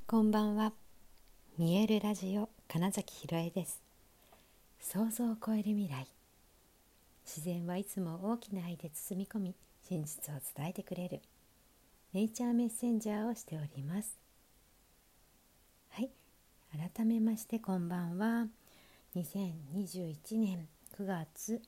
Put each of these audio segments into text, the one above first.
こんばんは。見えるラジオ金崎ひろえです。想像を超える未来。自然はいつも大きな愛で包み込み、真実を伝えてくれるネイチャーメッセンジャーをしております。はい、改めましてこんばんは。2021年9月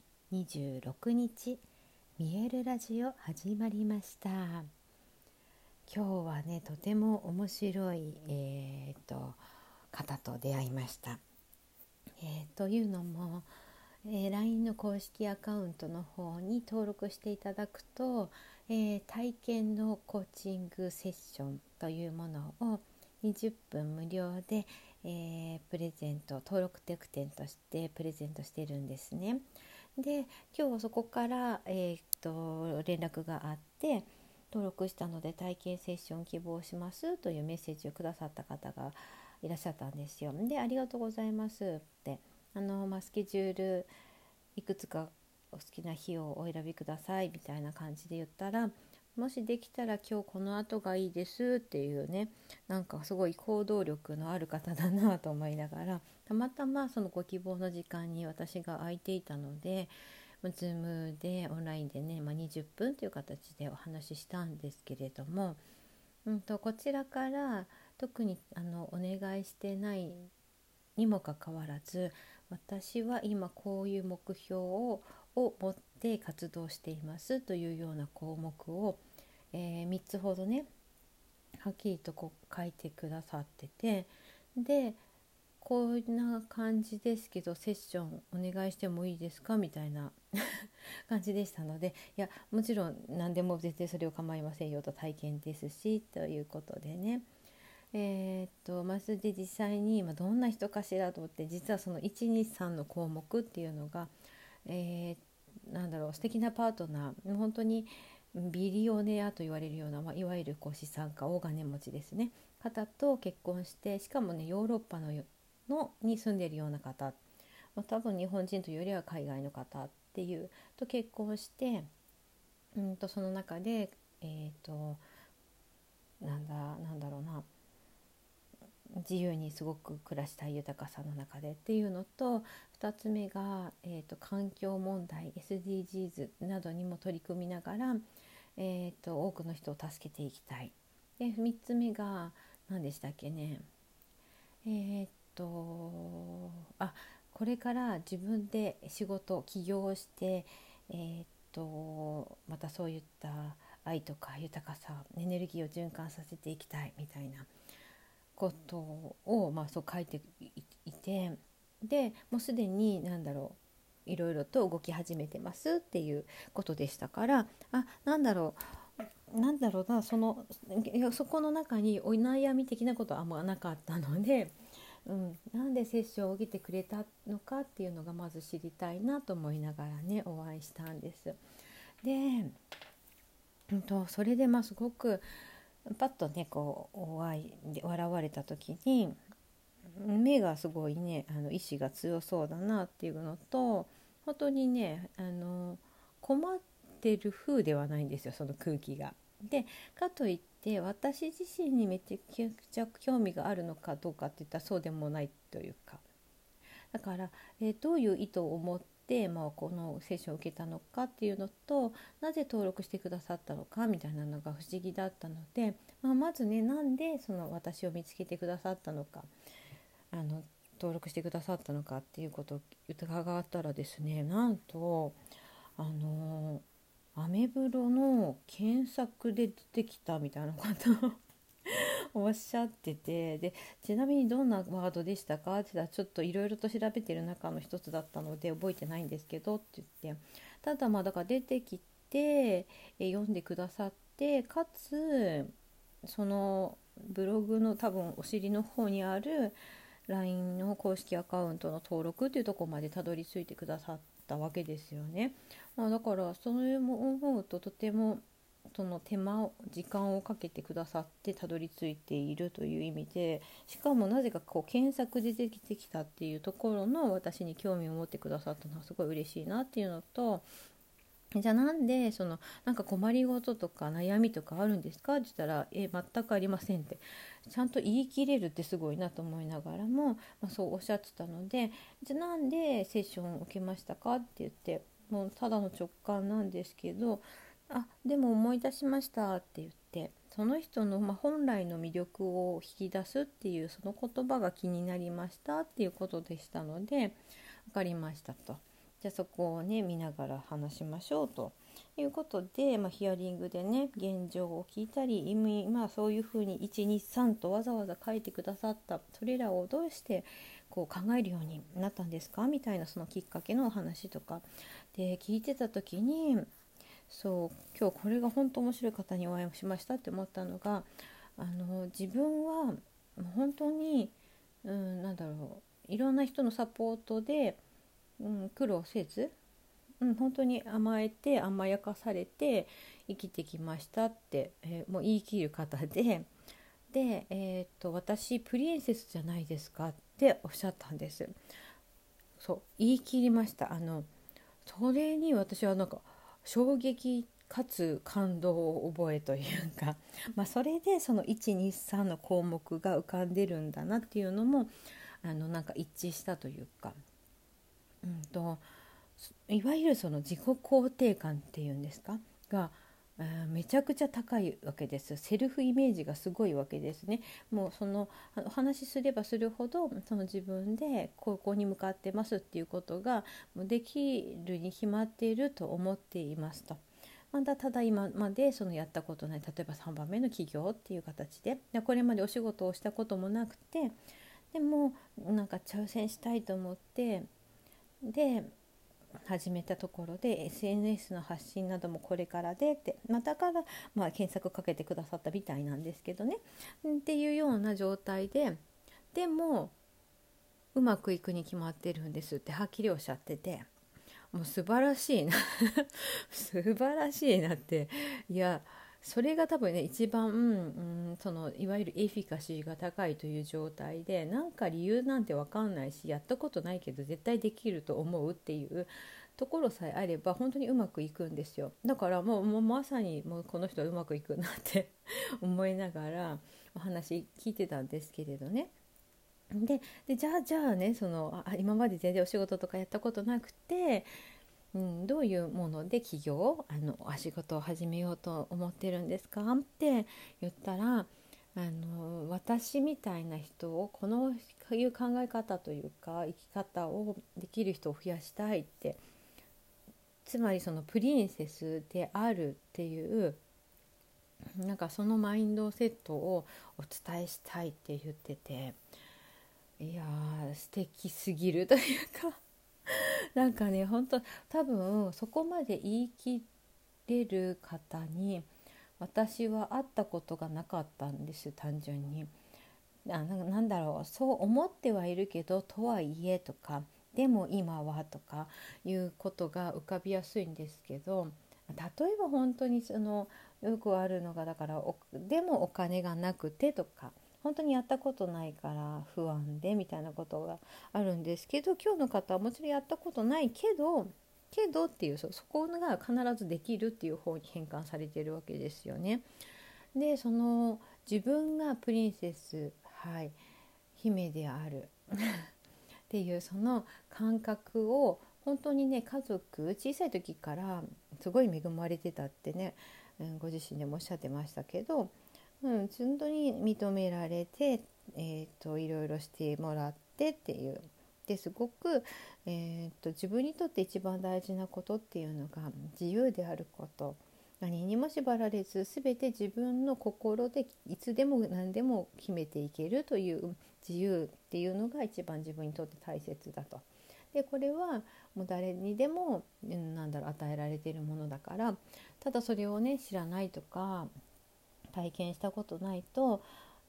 26日見えるラジオ始まりました。今日はね、とても面白い、方と出会いました。というのも、LINE の公式アカウントの方に登録していただくと、体験のコーチングセッションというものを20分無料で、プレゼント、登録特典としてプレゼントしてるんですね。で、今日そこから、連絡があって、登録したので体験セッション希望しますというメッセージをくださった方がいらっしゃったんですよ。で、ありがとうございますって、スケジュールいくつかお好きな日をお選びくださいみたいな感じで言ったら、もしできたら今日この後がいいですっていうね、なんかすごい行動力のある方だなと思いながら、たまたまそのご希望の時間に私が空いていたので、Zoom でオンラインでね、20分という形でお話ししたんですけれども、こちらから特にお願いしてないにもかかわらず、私は今こういう目標を持って活動していますというような項目を、3つほどね、はっきりと書いてくださってて、でこんな感じですけどセッションお願いしてもいいですかみたいな感じでしたので、いやもちろん何でも全然それを構いませんよと、体験ですしということでね、それで実際に今どんな人かしらと思って、実はその123の項目っていうのが、素敵なパートナー、本当にビリオネアと言われるような、いわゆる資産家、大金持ちですね、方と結婚して、しかもねヨーロッパに住んでいるような方、多分日本人というよりは海外の方っていうと結婚して、その中でなんだろうな、自由にすごく暮らしたい豊かさの中でっていうのと、2つ目が、環境問題 SDGs などにも取り組みながら、多くの人を助けていきたい。で3つ目が何でしたっけね、えーっとあこれから自分で起業をして、またそういった愛とか豊かさ、エネルギーを循環させていきたいみたいなことを、そう書いていて、でもうすでにいろいろと動き始めてますっていうことでしたから、そこの中にお悩み的なことはあんまなかったので、なんでセッションを受けてくれたのかっていうのがまず知りたいなと思いながらね、お会いしたんです。で、それですごくパッとねお会いで笑われた時に、目がすごいね意志が強そうだなっていうのと、本当にね困ってる風ではないんですよ、その空気が。でかといって私自身にめちゃくちゃ興味があるのかどうかって言ったらそうでもないというか、だから、どういう意図を持って、このセッションを受けたのかっていうのと、なぜ登録してくださったのかみたいなのが不思議だったので、まずね、なんでその私を見つけてくださったのか、登録してくださったのかっていうことを伺ったらですね、なんとアメブロの検索で出てきたみたいなことをおっしゃってて、でちなみにどんなワードでしたかって言ったら、ちょっといろいろと調べてる中の一つだったので覚えてないんですけどって言って、ただだから出てきて、読んでくださって、かつそのブログの多分お尻の方にある LINE の公式アカウントの登録っていうところまでたどり着いてくださったわけですよね。だからそれも思うと、とてもその時間をかけてくださってたどり着いているという意味で、しかもなぜか検索で出てきたっていうところの私に興味を持ってくださったのはすごい嬉しいなっていうのと、 じゃあなんでなんか困りごととか悩みとかあるんですかって言ったら全くありませんってちゃんと言い切れるってすごいなと思いながらも、そうおっしゃってたので、じゃあなんでセッションを受けましたかって言って、もうただの直感なんですけど、でも思い出しましたって言って、その人の、本来の魅力を引き出すっていうその言葉が気になりましたっていうことでしたので、分かりましたと。じゃあそこをね見ながら話しましょうということで、ヒアリングでね現状を聞いたり、今そういうふうに123とわざわざ書いてくださったそれらをどうしてこう考えるようになったんですかみたいな、そのきっかけのお話とかで聞いてた時に、今日これが本当面白い方にお会いしましたって思ったのが、自分は本当に、いろんな人のサポートで、苦労せず、本当に甘えて甘やかされて生きてきましたって、もう言い切る方で、私プリンセスじゃないですかっておっしゃったんです。言い切りました。それに私はなんか衝撃かつ感動を覚えというか、それでその123の項目が浮かんでるんだなっていうのもなんか一致したというか、いわゆるその自己肯定感っていうんですかが、めちゃくちゃ高いわけです。セルフイメージがすごいわけですね。もうお話しすればするほどその自分でここに向かってますっていうことがもうできるに決まっていると思っていますと。ただ今までやったことない、例えば3番目の起業っていう形でこれまでお仕事をしたこともなくて、でもなんか挑戦したいと思ってで始めたところで SNS の発信などもこれからでって、だから、検索かけてくださったみたいなんですけどね、っていうような状態でもうまくいくに決まってるんですってはっきりおっしゃってて、もう素晴らしいな素晴らしいなって、いやそれが多分ね一番、いわゆるエフィカシーが高いという状態で、なんか理由なんて分かんないしやったことないけど絶対できると思うっていうところさえあれば本当にうまくいくんですよ。だからもうまさにもうこの人はうまくいくなって思いながらお話聞いてたんですけれどね。でじゃあね今まで全然お仕事とかやったことなくて、どういうもので起業お仕事を始めようと思ってるんですかって言ったら、私みたいな人をこのいう考え方というか生き方をできる人を増やしたいって、つまりそのプリンセスであるっていうなんかそのマインドセットをお伝えしたいって言ってて、いやー素敵すぎるというかなんかね本当多分そこまで言い切れる方に私は会ったことがなかったんです。単純になんだろう、そう思ってはいるけどとはいえとかでも今はとかいうことが浮かびやすいんですけど、例えば本当によくあるのが、だからでもお金がなくてとか、本当にやったことないから不安でみたいなことがあるんですけど、今日の方はもちろんやったことないけどっていうそこが必ずできるっていう方に変換されているわけですよね。で自分がプリンセス、姫であるっていうその感覚を本当にね、家族小さい時からすごい恵まれてたってね、ご自身でもおっしゃってましたけど、本当に認められて、いろいろしてもらってっていうですごく、自分にとって一番大事なことっていうのが自由であること、何にも縛られず全て自分の心でいつでも何でも決めていけるという自由っていうのが一番自分にとって大切だと。でこれはもう誰にでも与えられているものだから、ただそれをね知らないとか体験したことないと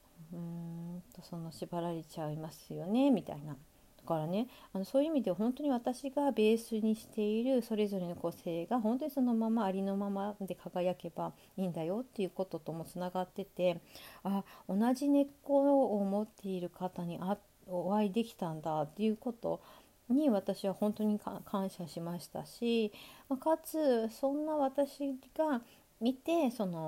縛られちゃいますよねみたいな。だからねそういう意味で本当に私がベースにしているそれぞれの個性が本当にそのままありのままで輝けばいいんだよっていうことともつながってて、同じ根っこを持っている方にお会いできたんだっていうことに私は本当に感謝しましたし、かつそんな私が見て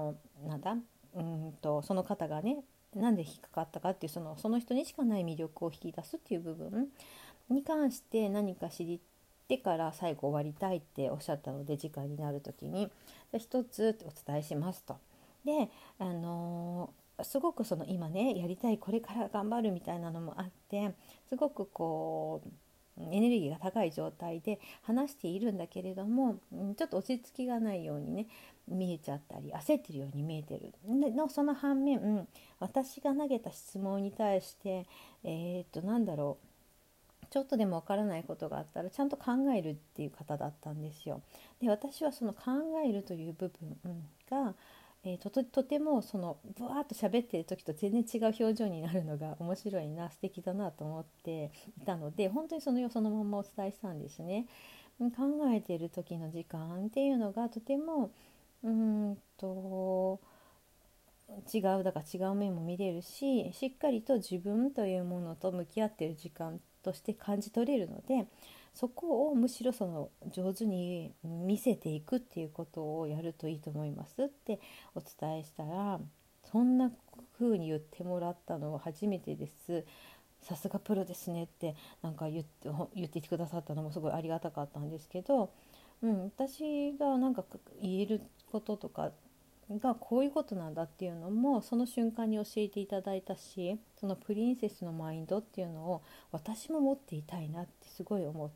その方がねなんで引っかかったかっていうその人にしかない魅力を引き出すっていう部分に関して何か知ってから最後終わりたいっておっしゃったので、時間になる時に一つお伝えしますと。で、すごく今ねやりたいこれから頑張るみたいなのもあって、すごくエネルギーが高い状態で話しているんだけれども、ちょっと落ち着きがないようにね見えちゃったり焦ってるように見えてるその反面、私が投げた質問に対してなんだろう、ちょっとでもわからないことがあったらちゃんと考えるっていう方だったんですよ。で、私はその考えるという部分が、とてもブワーッと喋ってる時と全然違う表情になるのが面白いな、素敵だなと思っていたので、本当にそのよそのままお伝えしたんですね。考えている時の時間っていうのがとてもうーんとだから違う面も見れるし、しっかりと自分というものと向き合っている時間として感じ取れるので、そこをむしろ上手に見せていくっていうことをやるといいと思いますってお伝えしたら、そんな風に言ってもらったのは初めてです。さすがプロですねってなんか言ってくださったのもすごいありがたかったんですけど、私がなんか言えることとかがこういうことなんだっていうのもその瞬間に教えていただいたし、そのプリンセスのマインドっていうのを私も持っていたいなってすごい思って、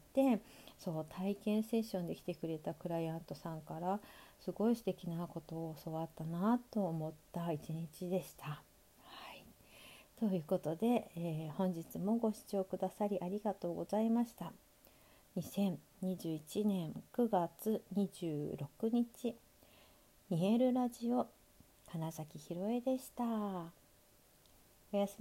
そう体験セッションで来てくれたクライアントさんからすごい素敵なことを教わったなと思った一日でした。はい、ということで、本日もご視聴くださりありがとうございました。2021年9月26日見えるラジオ金崎ひろえでした。おやすみ